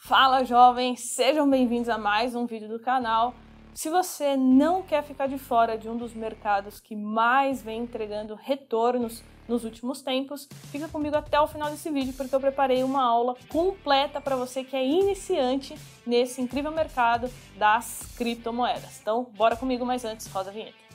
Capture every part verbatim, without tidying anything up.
Fala, jovens! Sejam bem-vindos a mais um vídeo do canal. Se você não quer ficar de fora de um dos mercados que mais vem entregando retornos nos últimos tempos, fica comigo até o final desse vídeo porque eu preparei uma aula completa para você que é iniciante nesse incrível mercado das criptomoedas. Então, bora comigo, mas antes, roda a vinheta.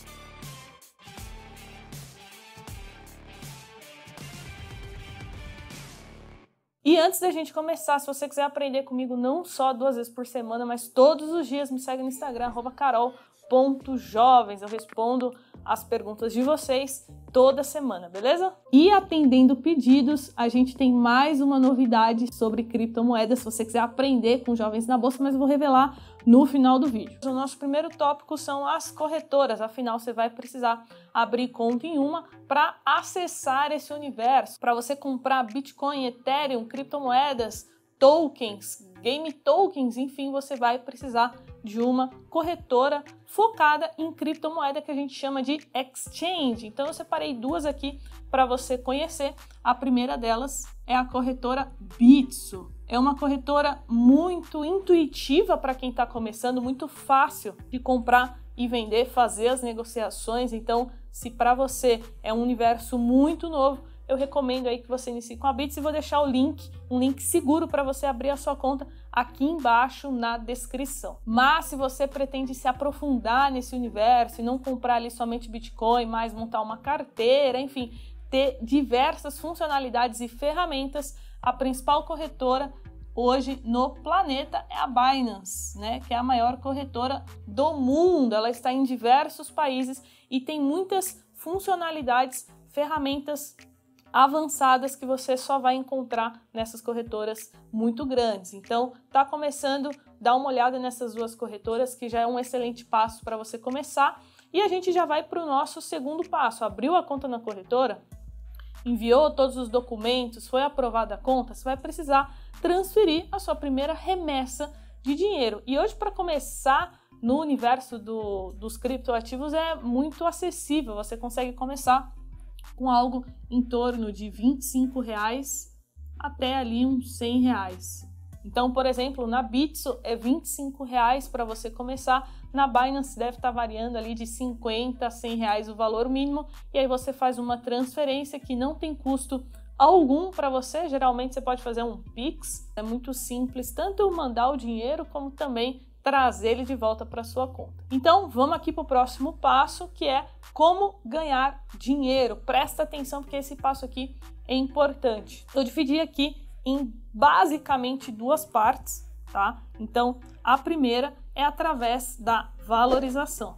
E antes da gente começar, se você quiser aprender comigo não só duas vezes por semana, mas todos os dias, me segue no Instagram, arroba carol ponto jovens. Eu respondo as perguntas de vocês toda semana, beleza? E atendendo pedidos, a gente tem mais uma novidade sobre criptomoedas, se você quiser aprender com jovens na bolsa, mas eu vou revelar no final do vídeo. O nosso primeiro tópico são as corretoras, afinal você vai precisar abrir conta em uma para acessar esse universo, para você comprar Bitcoin, Ethereum, criptomoedas, tokens, game tokens, enfim, você vai precisar de uma corretora focada em criptomoeda que a gente chama de exchange. Então eu separei duas aqui para você conhecer. A primeira delas é a corretora Bitso. É uma corretora muito intuitiva para quem está começando, muito fácil de comprar e vender, fazer as negociações. Então, se para você é um universo muito novo, eu recomendo aí que você inicie com a Bitso e vou deixar o link, um link seguro para você abrir a sua conta aqui embaixo na descrição. Mas se você pretende se aprofundar nesse universo e não comprar ali somente Bitcoin, mas montar uma carteira, enfim, ter diversas funcionalidades e ferramentas, a principal corretora hoje no planeta é a Binance, né, que é a maior corretora do mundo. Ela está em diversos países e tem muitas funcionalidades, ferramentas avançadas que você só vai encontrar nessas corretoras muito grandes. Então, tá começando, dá uma olhada nessas duas corretoras, que já é um excelente passo para você começar. E a gente já vai para o nosso segundo passo. Abriu a conta na corretora, enviou todos os documentos, foi aprovada a conta, você vai precisar transferir a sua primeira remessa de dinheiro. E hoje, para começar no universo do, dos criptoativos, é muito acessível. Você consegue começar com algo em torno de vinte e cinco reais até ali uns cem reais. Então, por exemplo, na Bitso é vinte e cinco reais para você começar, na Binance deve estar variando ali de cinquenta a cem reais o valor mínimo, e aí você faz uma transferência que não tem custo algum para você. Geralmente você pode fazer um Pix, é muito simples, tanto eu mandar o dinheiro como também trazer ele de volta para sua conta. Então, vamos aqui para o próximo passo, que é como ganhar dinheiro. Presta atenção porque esse passo aqui é importante. Eu dividi aqui em basicamente duas partes, tá? Então, a primeira é através da valorização.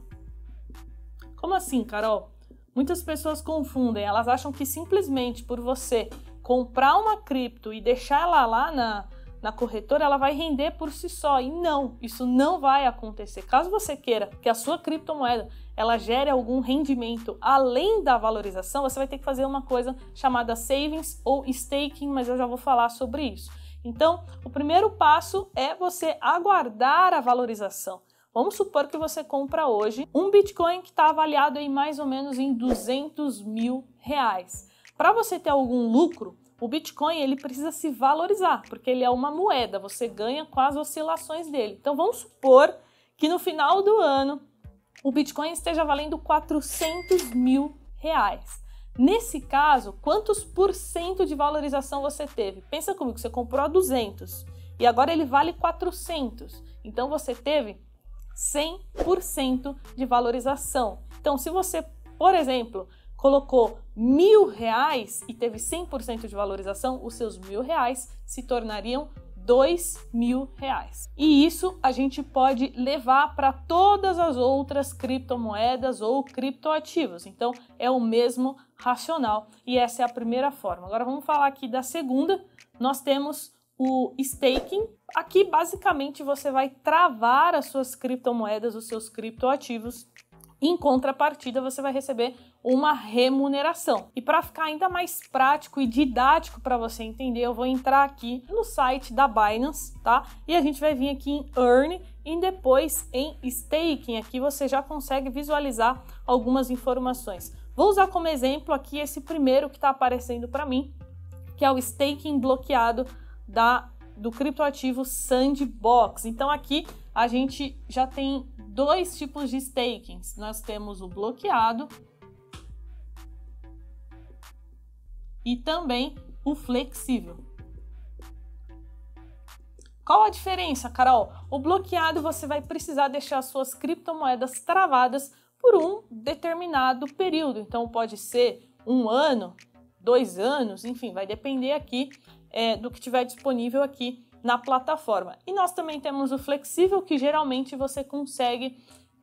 Como assim, Carol? Muitas pessoas confundem, elas acham que simplesmente por você comprar uma cripto e deixar ela lá na na corretora, ela vai render por si só. E não, isso não vai acontecer. Caso você queira que a sua criptomoeda ela gere algum rendimento além da valorização, você vai ter que fazer uma coisa chamada savings ou staking, mas eu já vou falar sobre isso. Então, o primeiro passo é você aguardar a valorização. Vamos supor que você compra hoje um Bitcoin que está avaliado em mais ou menos em duzentos mil reais. Para você ter algum lucro, o Bitcoin ele precisa se valorizar, porque ele é uma moeda, você ganha com as oscilações dele. Então vamos supor que no final do ano o Bitcoin esteja valendo quatrocentos mil reais. Nesse caso, quantos por cento de valorização você teve? Pensa comigo, você comprou a duzentos e agora ele vale quatrocentos. Então você teve cem por cento de valorização. Então se você, por exemplo, colocou mil reais e teve cem por cento de valorização, os seus mil reais se tornariam dois mil reais. E isso a gente pode levar para todas as outras criptomoedas ou criptoativos. Então é o mesmo racional e essa é a primeira forma. Agora vamos falar aqui da segunda. Nós temos o staking. Aqui basicamente você vai travar as suas criptomoedas, os seus criptoativos. Em contrapartida, você vai receber uma remuneração. E para ficar ainda mais prático e didático para você entender, eu vou entrar aqui no site da Binance, tá? E a gente vai vir aqui em Earn e depois em Staking. Aqui você já consegue visualizar algumas informações. Vou usar como exemplo aqui esse primeiro que está aparecendo para mim, que é o Staking bloqueado da do criptoativo Sandbox. Então aqui a gente já tem dois tipos de stakings. Nós temos o bloqueado e também o flexível. Qual a diferença, Carol? O bloqueado você vai precisar deixar suas criptomoedas travadas por um determinado período. Então pode ser um ano, dois anos, enfim, vai depender aqui é, do que tiver disponível aqui na plataforma. E nós também temos o flexível, que geralmente você consegue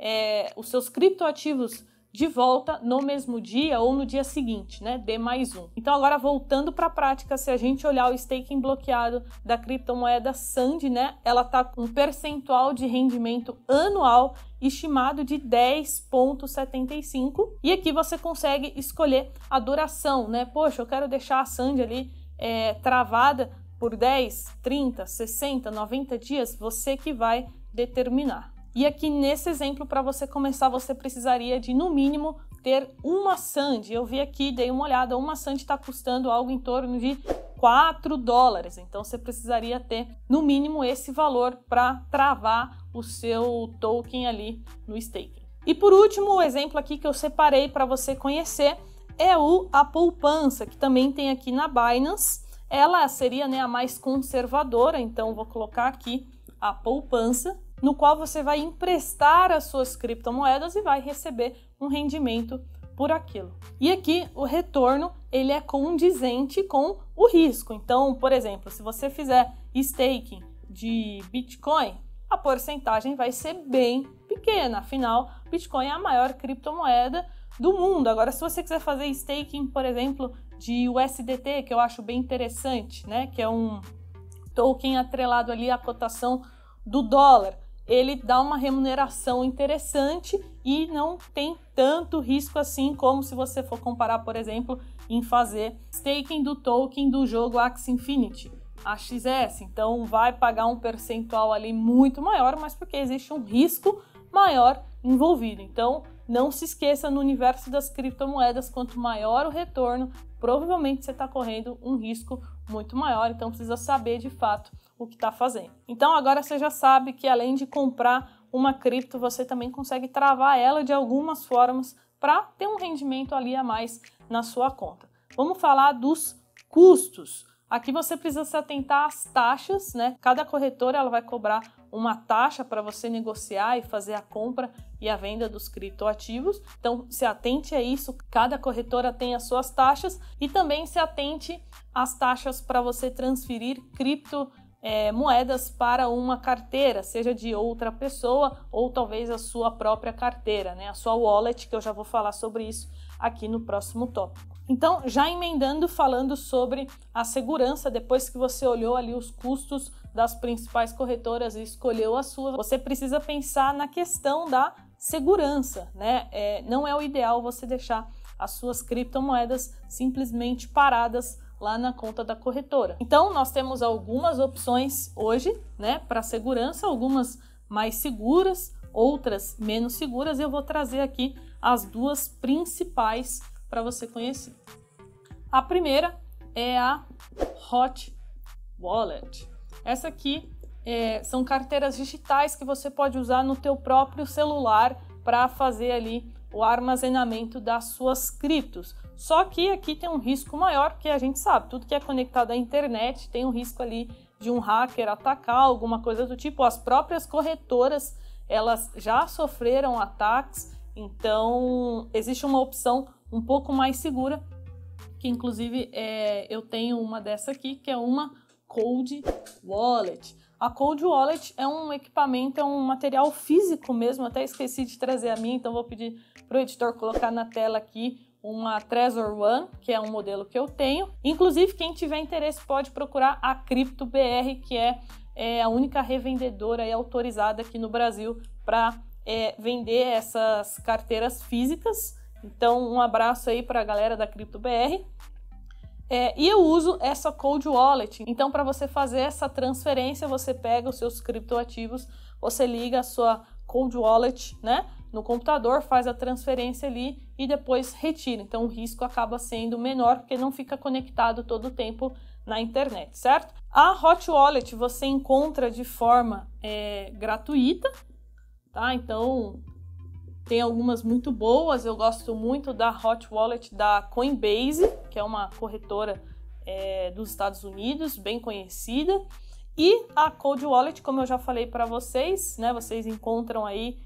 é, os seus criptoativos de volta no mesmo dia ou no dia seguinte, né? D mais um. Então agora voltando para a prática, se a gente olhar o staking bloqueado da criptomoeda Sand, né? Ela tá com um percentual de rendimento anual estimado de dez vírgula setenta e cinco, e aqui você consegue escolher a duração, né? Poxa, eu quero deixar a Sand ali é, travada por dez, trinta, sessenta, noventa dias, você que vai determinar. E aqui nesse exemplo, para você começar, você precisaria de, no mínimo, ter uma Sand. Eu vi aqui, dei uma olhada, uma Sand está custando algo em torno de quatro dólares. Então, você precisaria ter, no mínimo, esse valor para travar o seu token ali no staking. E por último, o exemplo aqui que eu separei para você conhecer é o a poupança, que também tem aqui na Binance. Ela seria, né, a mais conservadora, então vou colocar aqui a poupança, no qual você vai emprestar as suas criptomoedas e vai receber um rendimento por aquilo. E aqui o retorno ele é condizente com o risco. Então, por exemplo, se você fizer staking de Bitcoin, a porcentagem vai ser bem pequena. Afinal, Bitcoin é a maior criptomoeda do mundo. Agora, se você quiser fazer staking, por exemplo, de U S D T, que eu acho bem interessante, né, que é um token atrelado ali à cotação do dólar, ele dá uma remuneração interessante e não tem tanto risco assim como se você for comparar, por exemplo, em fazer staking do token do jogo Axie Infinity, A X S. Então vai pagar um percentual ali muito maior, mas porque existe um risco maior envolvido. Então não se esqueça, no universo das criptomoedas, quanto maior o retorno, provavelmente você está correndo um risco muito maior, então precisa saber de fato o que está fazendo. Então agora você já sabe que além de comprar uma cripto, você também consegue travar ela de algumas formas para ter um rendimento ali a mais na sua conta. Vamos falar dos custos. Aqui você precisa se atentar às taxas, né? Cada corretora ela vai cobrar uma taxa para você negociar e fazer a compra e a venda dos criptoativos. Então, se atente a isso. Cada corretora tem as suas taxas e também se atente às taxas para você transferir cripto É, moedas para uma carteira, seja de outra pessoa ou talvez a sua própria carteira, né? A sua wallet, que eu já vou falar sobre isso aqui no próximo tópico. Então, já emendando, falando sobre a segurança, depois que você olhou ali os custos das principais corretoras e escolheu a sua, você precisa pensar na questão da segurança, né? É, não é o ideal você deixar as suas criptomoedas simplesmente paradas lá na conta da corretora. Então, nós temos algumas opções hoje, né, para segurança, algumas mais seguras, outras menos seguras. Eu vou trazer aqui as duas principais para você conhecer. A primeira é a Hot Wallet. Essa aqui é, são carteiras digitais que você pode usar no teu próprio celular para fazer ali o armazenamento das suas criptos. Só que aqui tem um risco maior, porque a gente sabe, tudo que é conectado à internet tem um risco ali de um hacker atacar, alguma coisa do tipo. As próprias corretoras, elas já sofreram ataques, então existe uma opção um pouco mais segura, que inclusive é, eu tenho uma dessa aqui, que é uma Cold Wallet. A Cold Wallet é um equipamento, é um material físico mesmo, até esqueci de trazer a minha, então vou pedir para o editor colocar na tela aqui uma Trezor One, que é um modelo que eu tenho. Inclusive, quem tiver interesse pode procurar a Cripto B R, que é, é a única revendedora e autorizada aqui no Brasil para é, vender essas carteiras físicas. Então, um abraço aí para a galera da Cripto B R. É, e eu uso essa Cold Wallet. Então, para você fazer essa transferência, você pega os seus criptoativos, você liga a sua Cold Wallet, né, no computador, faz a transferência ali e depois retira. Então, o risco acaba sendo menor porque não fica conectado todo o tempo na internet, certo? A Hot Wallet você encontra de forma é, gratuita, tá? Então tem algumas muito boas. Eu gosto muito da Hot Wallet da Coinbase, que é uma corretora é, dos Estados Unidos, bem conhecida. E a Cold Wallet, como eu já falei para vocês, né? Vocês encontram aí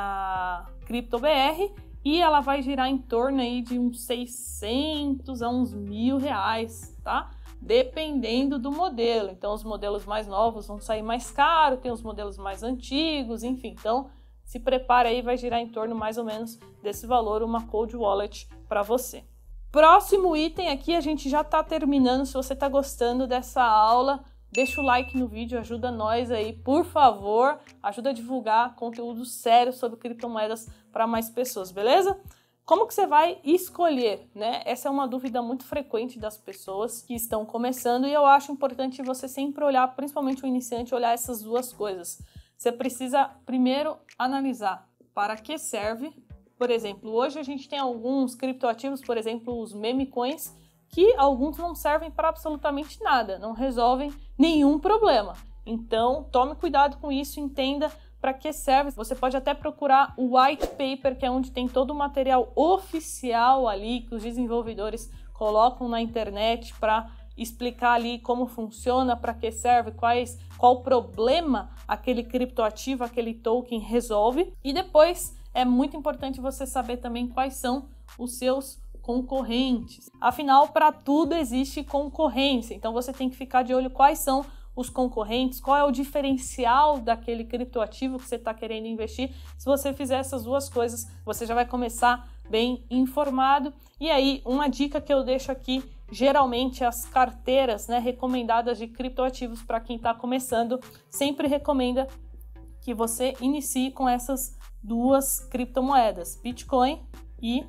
na CryptoBR e ela vai girar em torno aí de uns seiscentos a uns mil reais, tá? Dependendo do modelo. Então os modelos mais novos vão sair mais caro, tem os modelos mais antigos, enfim. Então se prepara aí, vai girar em torno mais ou menos desse valor uma Cold Wallet para você. Próximo item aqui, a gente já está terminando. Se você está gostando dessa aula, deixa o like no vídeo, ajuda nós aí, por favor. Ajuda a divulgar conteúdo sério sobre criptomoedas para mais pessoas, beleza? Como que você vai escolher, né? Essa é uma dúvida muito frequente das pessoas que estão começando e eu acho importante você sempre olhar, principalmente o iniciante, olhar essas duas coisas. Você precisa primeiro analisar para que serve. Por exemplo, hoje a gente tem alguns criptoativos, por exemplo, os meme coins, que alguns não servem para absolutamente nada, não resolvem nenhum problema. Então, tome cuidado com isso, entenda para que serve. Você pode até procurar o white paper, que é onde tem todo o material oficial ali que os desenvolvedores colocam na internet para explicar ali como funciona, para que serve, quais, qual problema aquele criptoativo, aquele token resolve. E depois é muito importante você saber também quais são os seus concorrentes. Afinal, para tudo existe concorrência, então você tem que ficar de olho quais são os concorrentes, qual é o diferencial daquele criptoativo que você está querendo investir. Se você fizer essas duas coisas, você já vai começar bem informado. E aí, uma dica que eu deixo aqui, geralmente as carteiras, né, recomendadas de criptoativos para quem está começando, sempre recomenda que você inicie com essas duas criptomoedas, Bitcoin e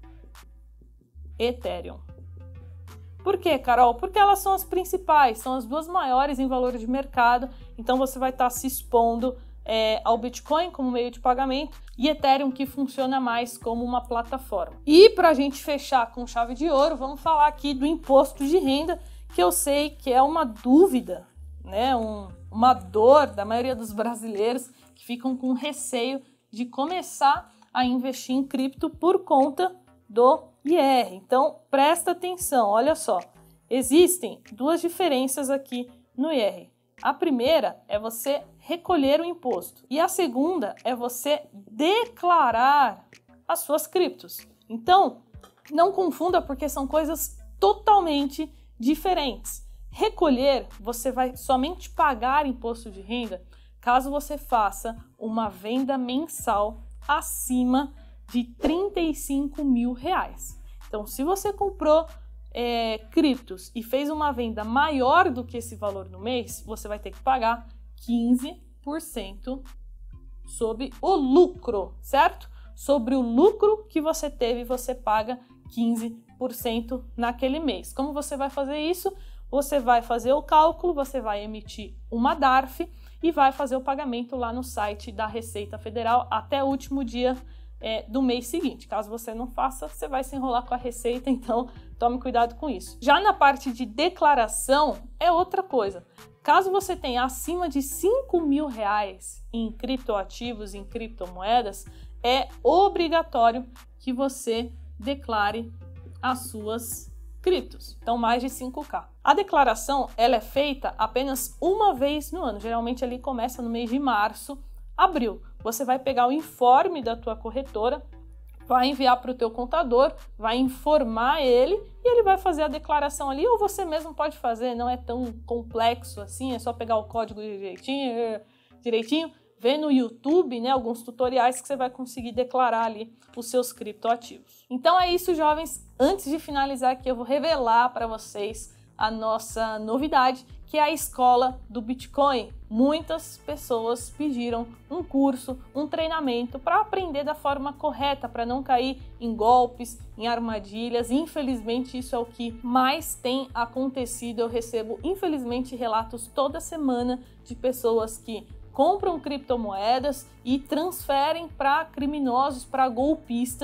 Ethereum. Por quê, Carol? Porque elas são as principais, são as duas maiores em valor de mercado, então você vai estar se expondo é, ao Bitcoin como meio de pagamento e Ethereum, que funciona mais como uma plataforma. E para a gente fechar com chave de ouro, vamos falar aqui do imposto de renda, que eu sei que é uma dúvida, né? um, uma dor da maioria dos brasileiros que ficam com receio de começar a investir em cripto por conta do I R. Então, presta atenção, olha só. Existem duas diferenças aqui no I R. A primeira é você recolher o imposto e a segunda é você declarar as suas criptos. Então, não confunda porque são coisas totalmente diferentes. Recolher, você vai somente pagar imposto de renda caso você faça uma venda mensal acima de trinta e cinco mil reais. Então, se você comprou é, criptos e fez uma venda maior do que esse valor no mês, você vai ter que pagar quinze por cento sobre o lucro, certo? Sobre o lucro que você teve, você paga quinze por cento naquele mês. Como você vai fazer isso? Você vai fazer o cálculo, você vai emitir uma D A R F e vai fazer o pagamento lá no site da Receita Federal até o último dia é, do mês seguinte. Caso você não faça, você vai se enrolar com a Receita, então tome cuidado com isso. Já na parte de declaração, é outra coisa. Caso você tenha acima de cinco mil reais em criptoativos, em criptomoedas, é obrigatório que você declare as suas criptos, então mais de cinco K. A declaração ela é feita apenas uma vez no ano, geralmente ali começa no mês de março, abril. Você vai pegar o informe da tua corretora, vai enviar para o teu contador, vai informar ele e ele vai fazer a declaração ali, ou você mesmo pode fazer, não é tão complexo assim, é só pegar o código direitinho, direitinho ver no YouTube, né, alguns tutoriais que você vai conseguir declarar ali os seus criptoativos. Então é isso, jovens. Antes de finalizar aqui, eu vou revelar para vocês a nossa novidade, que é a escola do Bitcoin. Muitas pessoas pediram um curso, um treinamento para aprender da forma correta, para não cair em golpes, em armadilhas. Infelizmente, isso é o que mais tem acontecido. Eu recebo, infelizmente, relatos toda semana de pessoas que compram criptomoedas e transferem para criminosos, para golpistas,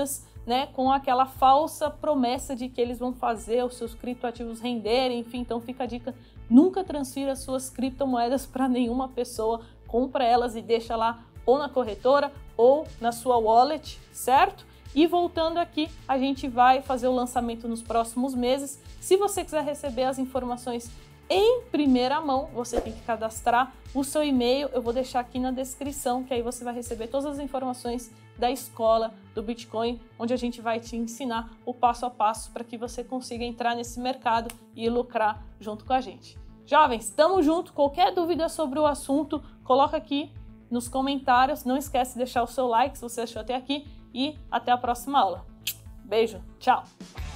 né, com aquela falsa promessa de que eles vão fazer os seus criptoativos renderem, enfim, então fica a dica, nunca transfira suas criptomoedas para nenhuma pessoa, compra elas e deixa lá ou na corretora ou na sua wallet, certo? E voltando aqui, a gente vai fazer o lançamento nos próximos meses. Se você quiser receber as informações em primeira mão, você tem que cadastrar o seu e-mail, eu vou deixar aqui na descrição, que aí você vai receber todas as informações da escola do Bitcoin, onde a gente vai te ensinar o passo a passo para que você consiga entrar nesse mercado e lucrar junto com a gente. Jovens, estamos juntos, qualquer dúvida sobre o assunto, coloca aqui nos comentários, não esquece de deixar o seu like se você achou até aqui e até a próxima aula. Beijo, tchau!